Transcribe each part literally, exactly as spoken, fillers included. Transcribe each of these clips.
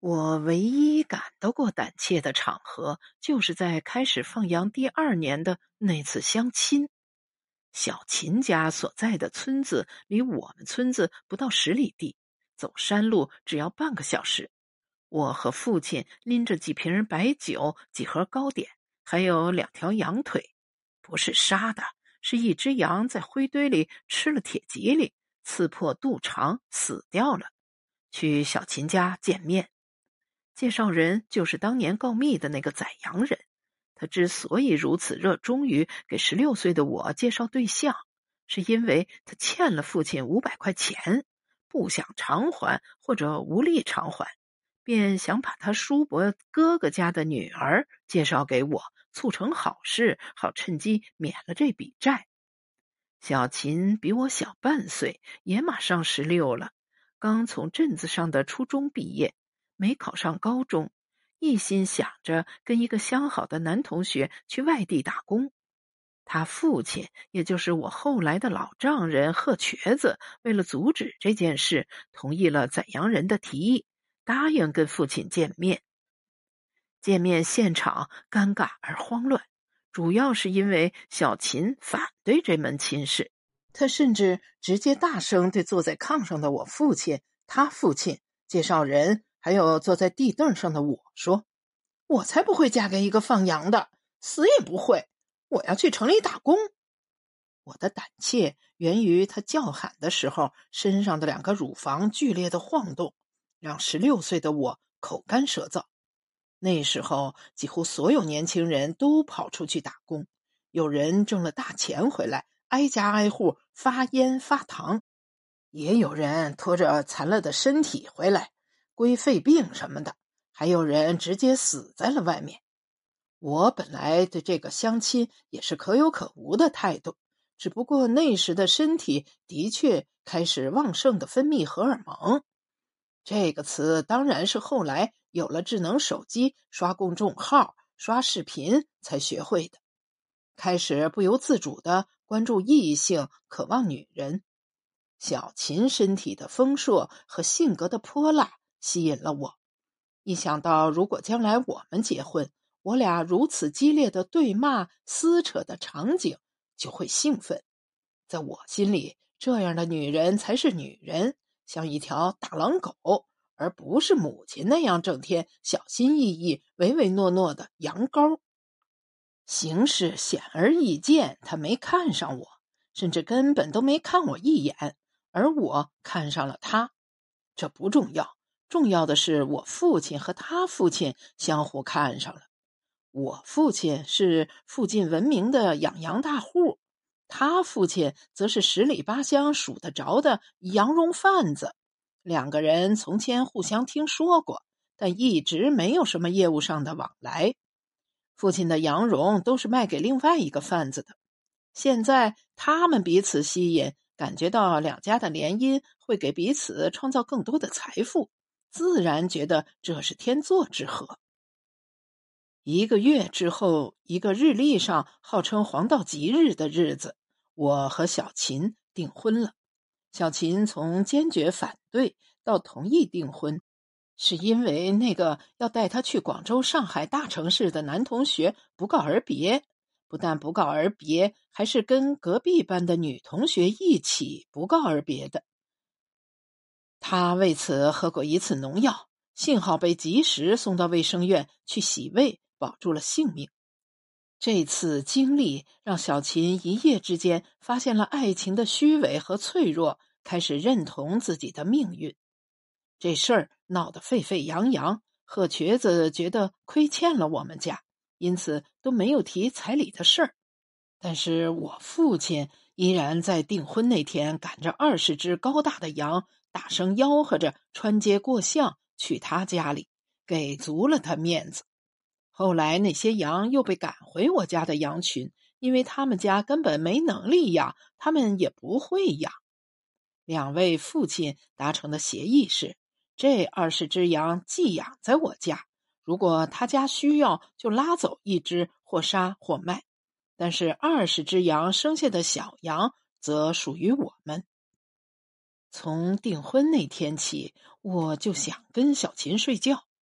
我唯一感到过胆怯的场合，就是在开始放羊第二年的那次相亲。小秦家所在的村子离我们村子不到十里地，走山路只要半个小时。我和父亲拎着几瓶白酒、几盒糕点，还有两条羊腿，不是杀的，是一只羊在灰堆里吃了铁蒺藜，刺破肚肠死掉了。去小秦家见面。介绍人就是当年告密的那个宰羊人，他之所以如此热衷于给十六岁的我介绍对象，是因为他欠了父亲五百块钱，不想偿还或者无力偿还，便想把他叔伯哥哥家的女儿介绍给我，促成好事，好趁机免了这笔债。小秦比我小半岁，也马上十六了，刚从镇子上的初中毕业，没考上高中，一心想着跟一个相好的男同学去外地打工。他父亲，也就是我后来的老丈人贺瘸子，为了阻止这件事，同意了宰羊人的提议，答应跟父亲见面。见面现场尴尬而慌乱，主要是因为小秦反对这门亲事，他甚至直接大声对坐在炕上的我父亲、他父亲、介绍人还有坐在地凳上的我说：我才不会嫁给一个放羊的，死也不会，我要去城里打工。我的胆怯源于他叫喊的时候身上的两个乳房剧烈的晃动，让十六岁的我口干舌燥。那时候几乎所有年轻人都跑出去打工，有人挣了大钱回来，挨家挨户发烟发糖，也有人拖着残了的身体回来，归肺病什么的，还有人直接死在了外面。我本来对这个相亲也是可有可无的态度，只不过那时的身体的确开始旺盛的分泌荷尔蒙。这个词当然是后来有了智能手机，刷公众号、刷视频才学会的。开始不由自主地关注异性，渴望女人。小秦身体的丰硕和性格的泼辣吸引了我。一想到如果将来我们结婚，我俩如此激烈的对骂、撕扯的场景，就会兴奋。在我心里，这样的女人才是女人，像一条大狼狗，而不是母亲那样整天小心翼翼、唯唯诺诺的羊羔。形势显而易见，他没看上我，甚至根本都没看我一眼，而我看上了他。这不重要，重要的是我父亲和他父亲相互看上了。我父亲是附近闻名的养羊大户，他父亲则是十里八乡数得着的羊绒贩子。两个人从前互相听说过，但一直没有什么业务上的往来。父亲的羊绒都是卖给另外一个贩子的。现在他们彼此吸引，感觉到两家的联姻会给彼此创造更多的财富，自然觉得这是天作之合。一个月之后，一个日历上号称黄道吉日的日子，我和小秦订婚了。小秦从坚决反对到同意订婚，是因为那个要带他去广州、上海大城市的男同学不告而别，不但不告而别，还是跟隔壁班的女同学一起不告而别的。他为此喝过一次农药，幸好被及时送到卫生院去洗胃，保住了性命。这次经历让小秦一夜之间发现了爱情的虚伪和脆弱，开始认同自己的命运。这事儿闹得沸沸扬扬，贺瘸子觉得亏欠了我们家，因此都没有提彩礼的事儿。但是我父亲依然在订婚那天赶着二十只高大的羊，大声吆喝着穿街过巷去他家里，给足了他面子。后来那些羊又被赶回我家的羊群，因为他们家根本没能力养，他们也不会养。两位父亲达成的协议是，这二十只羊寄养在我家，如果他家需要就拉走一只，或杀或卖。但是二十只羊生下的小羊则属于我们。从订婚那天起，我就想跟小秦睡觉，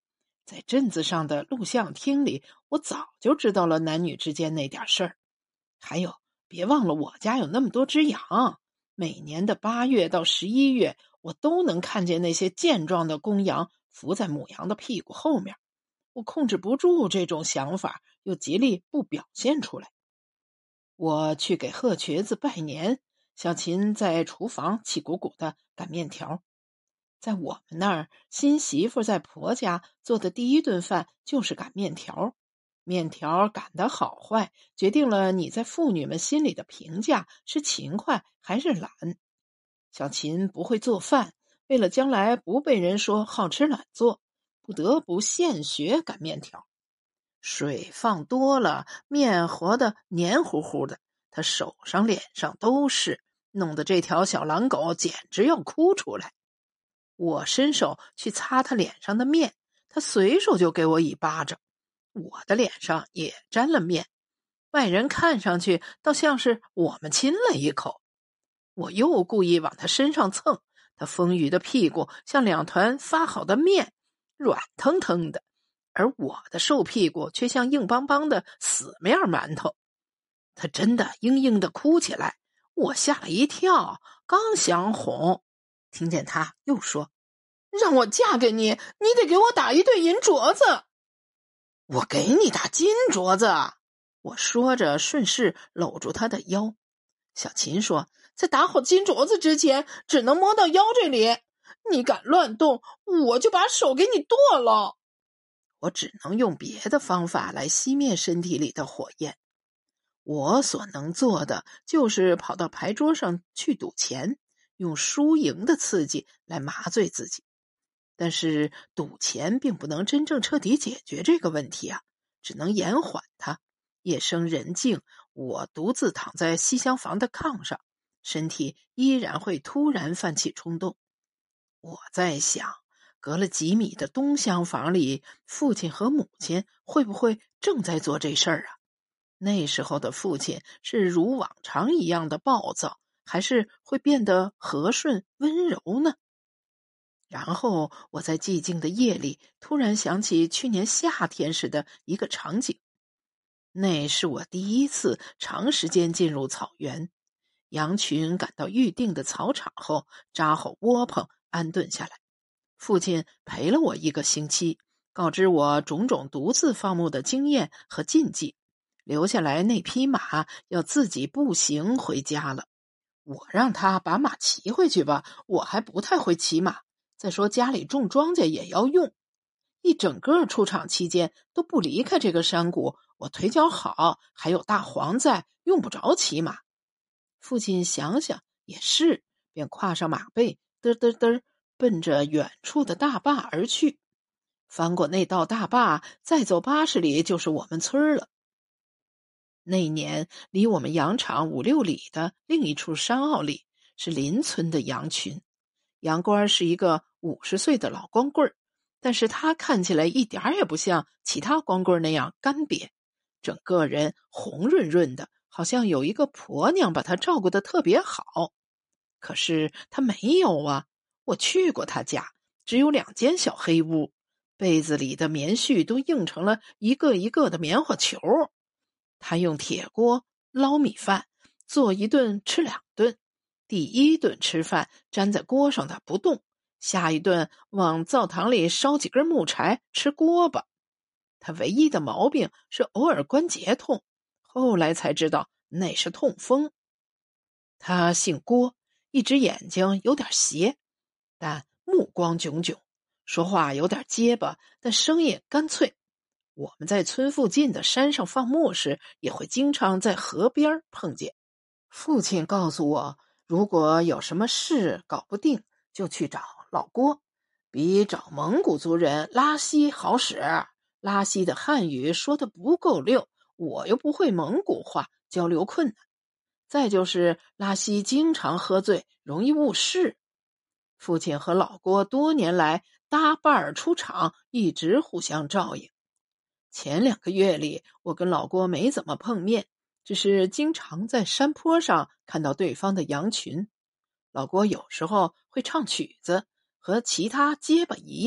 在镇子上的录像厅里，我早就知道了男女之间那点事儿。还有，别忘了我家有那么多只羊，每年的八月到十一月，我都能看见那些健壮的公羊伏在母羊的屁股后面。我控制不住这种想法，又极力不表现出来。我去给贺瘸子拜年，小琴在厨房气鼓鼓的擀面条。在我们那儿，新媳妇在婆家做的第一顿饭就是擀面条。面条擀得好坏，决定了你在妇女们心里的评价是勤快还是懒。小琴不会做饭，为了将来不被人说好吃懒做，不得不现学擀面条。水放多了，面和得黏糊糊的，她手上脸上都是，弄得这条小狼狗简直要哭出来。我伸手去擦她脸上的面，她随手就给我一巴掌，我的脸上也沾了面，外人看上去倒像是我们亲了一口。我又故意往她身上蹭，她丰腴的屁股像两团发好的面，软腾腾的，而我的瘦屁股却像硬邦邦的死面馒头。她真的嘤嘤的哭起来，我吓了一跳，刚想哄，听见她又说：“让我嫁给你，你得给我打一对银镯子。”“我给你打金镯子。”我说着顺势搂住她的腰。小琴说：“在打好金镯子之前，只能摸到腰这里，你敢乱动，我就把手给你剁了。”我只能用别的方法来熄灭身体里的火焰。我所能做的就是跑到牌桌上去赌钱，用输赢的刺激来麻醉自己。但是赌钱并不能真正彻底解决这个问题啊，只能延缓它。夜深人静，我独自躺在西厢房的炕上，身体依然会突然泛起冲动。我在想，隔了几米的东厢房里，父亲和母亲会不会正在做这事儿啊？那时候的父亲是如往常一样的暴躁，还是会变得和顺温柔呢？然后我在寂静的夜里突然想起去年夏天时的一个场景。那是我第一次长时间进入草原，羊群赶到预定的草场后，扎好窝棚安顿下来。父亲陪了我一个星期，告知我种种独自放牧的经验和禁忌，留下来那匹马要自己步行回家了。我让他把马骑回去吧，我还不太会骑马，再说家里种庄稼也要用。一整个出场期间都不离开这个山谷，我腿脚好，还有大黄在，用不着骑马。父亲想想也是，便跨上马背，嘚嘚嘚奔着远处的大坝而去。翻过那道大坝，再走八十里就是我们村了。那年离我们羊场五六里的另一处山坳里是邻村的羊群，羊倌是一个五十岁的老光棍，但是他看起来一点也不像其他光棍那样干瘪，整个人红润润的，好像有一个婆娘把他照顾得特别好。可是他没有啊，我去过他家，只有两间小黑屋，被子里的棉絮都硬成了一个一个的棉花球。他用铁锅捞米饭，做一顿吃两顿。第一顿吃饭粘在锅上的不动，下一顿往灶堂里烧几根木柴吃锅巴。他唯一的毛病是偶尔关节痛，后来才知道那是痛风。他姓郭，一只眼睛有点斜，但目光炯炯，说话有点结巴，但声音干脆。我们在村附近的山上放牧时，也会经常在河边碰见。父亲告诉我，如果有什么事搞不定，就去找老郭，比找蒙古族人拉稀好使。拉稀的汉语说得不够溜，我又不会蒙古话，交流困难。再就是拉稀经常喝醉，容易误事。父亲和老郭多年来搭伴儿出场，一直互相照应。前两个月里，我跟老郭没怎么碰面，只是经常在山坡上看到对方的羊群。老郭有时候会唱曲子，和其他结巴一样，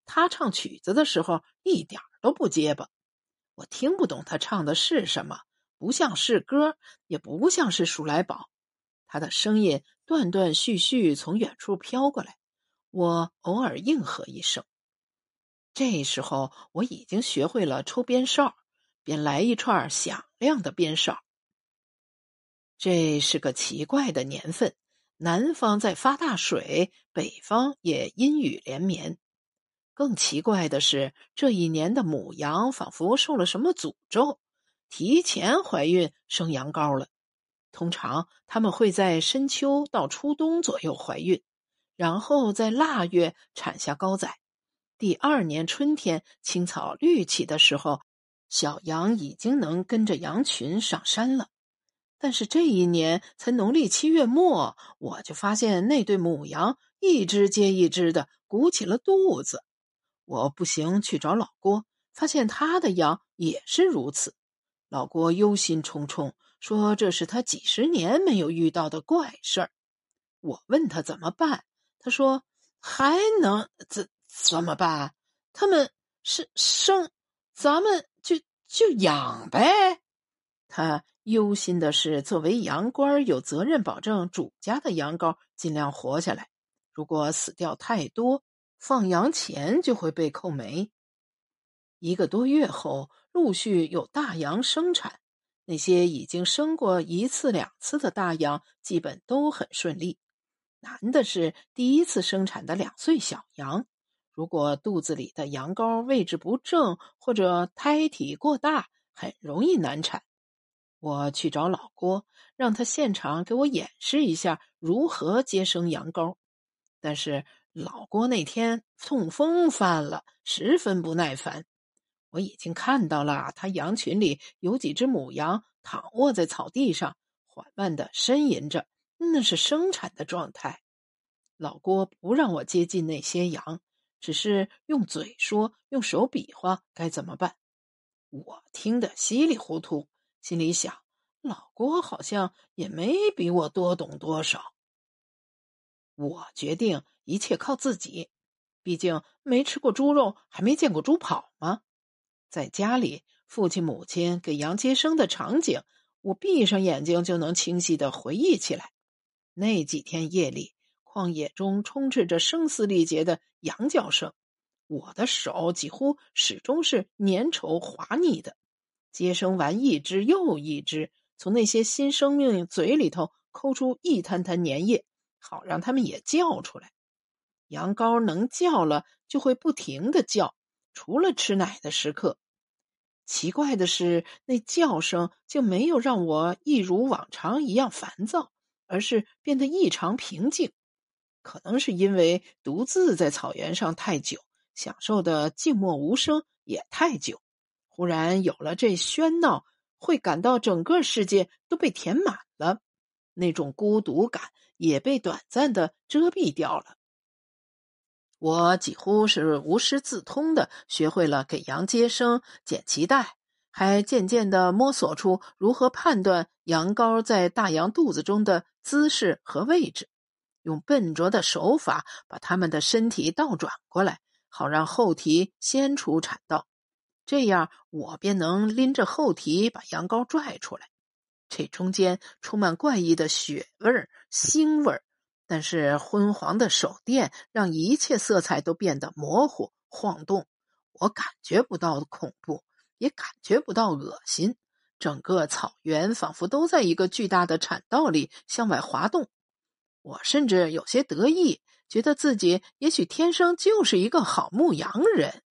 他唱曲子的时候一点都不结巴。我听不懂他唱的是什么，不像是歌，也不像是数来宝。他的声音断断续续从远处飘过来，我偶尔应和一声。这时候我已经学会了抽边哨，便来一串响亮的边哨。这是个奇怪的年份，南方在发大水，北方也阴雨连绵。更奇怪的是，这一年的母羊仿佛受了什么诅咒，提前怀孕生羊羔了。通常它们会在深秋到初冬左右怀孕，然后在腊月产下羔崽。第二年春天青草绿起的时候，小羊已经能跟着羊群上山了。但是这一年才农历七月末，我就发现那对母羊一只接一只的鼓起了肚子。我步行去找老郭，发现他的羊也是如此。老郭忧心忡忡，说这是他几十年没有遇到的怪事儿。我问他怎么办，他说还能怎怎么办？他们是生，咱们就就养呗。他忧心的是，作为羊倌有责任保证主家的羊羔尽量活下来，如果死掉太多，放羊钱就会被扣没。一个多月后，陆续有大羊生产，那些已经生过一次两次的大羊基本都很顺利。难的是第一次生产的两岁小羊，如果肚子里的羊羔位置不正，或者胎体过大，很容易难产。我去找老郭，让他现场给我演示一下如何接生羊羔。但是老郭那天痛风犯了，十分不耐烦。我已经看到了他羊群里有几只母羊躺卧在草地上，缓慢地呻吟着，那是生产的状态。老郭不让我接近那些羊，只是用嘴说，用手比划该怎么办。我听得稀里糊涂，心里想，老郭好像也没比我多懂多少。我决定一切靠自己，毕竟没吃过猪肉，还没见过猪跑嘛。在家里，父亲母亲给羊接生的场景，我闭上眼睛就能清晰地回忆起来。那几天夜里，旷野中充斥着声嘶力竭的羊叫声，我的手几乎始终是粘稠滑腻的。接生完一只又一只，从那些新生命嘴里头抠出一滩滩粘液，好让它们也叫出来。羊羔能叫了，就会不停地叫，除了吃奶的时刻。奇怪的是，那叫声就没有让我一如往常一样烦躁，而是变得异常平静。可能是因为独自在草原上太久，享受的静默无声也太久，忽然有了这喧闹，会感到整个世界都被填满了，那种孤独感也被短暂的遮蔽掉了。我几乎是无师自通的学会了给羊接生、剪脐带，还渐渐地摸索出如何判断羊羔在大羊肚子中的姿势和位置，用笨拙的手法把它们的身体倒转过来，好让后蹄先出产道，这样我便能拎着后蹄把羊羔拽出来。这中间充满怪异的血味儿、腥味儿，但是昏黄的手电让一切色彩都变得模糊晃动。我感觉不到恐怖，也感觉不到恶心，整个草原仿佛都在一个巨大的产道里向外滑动。我甚至有些得意，觉得自己也许天生就是一个好牧羊人。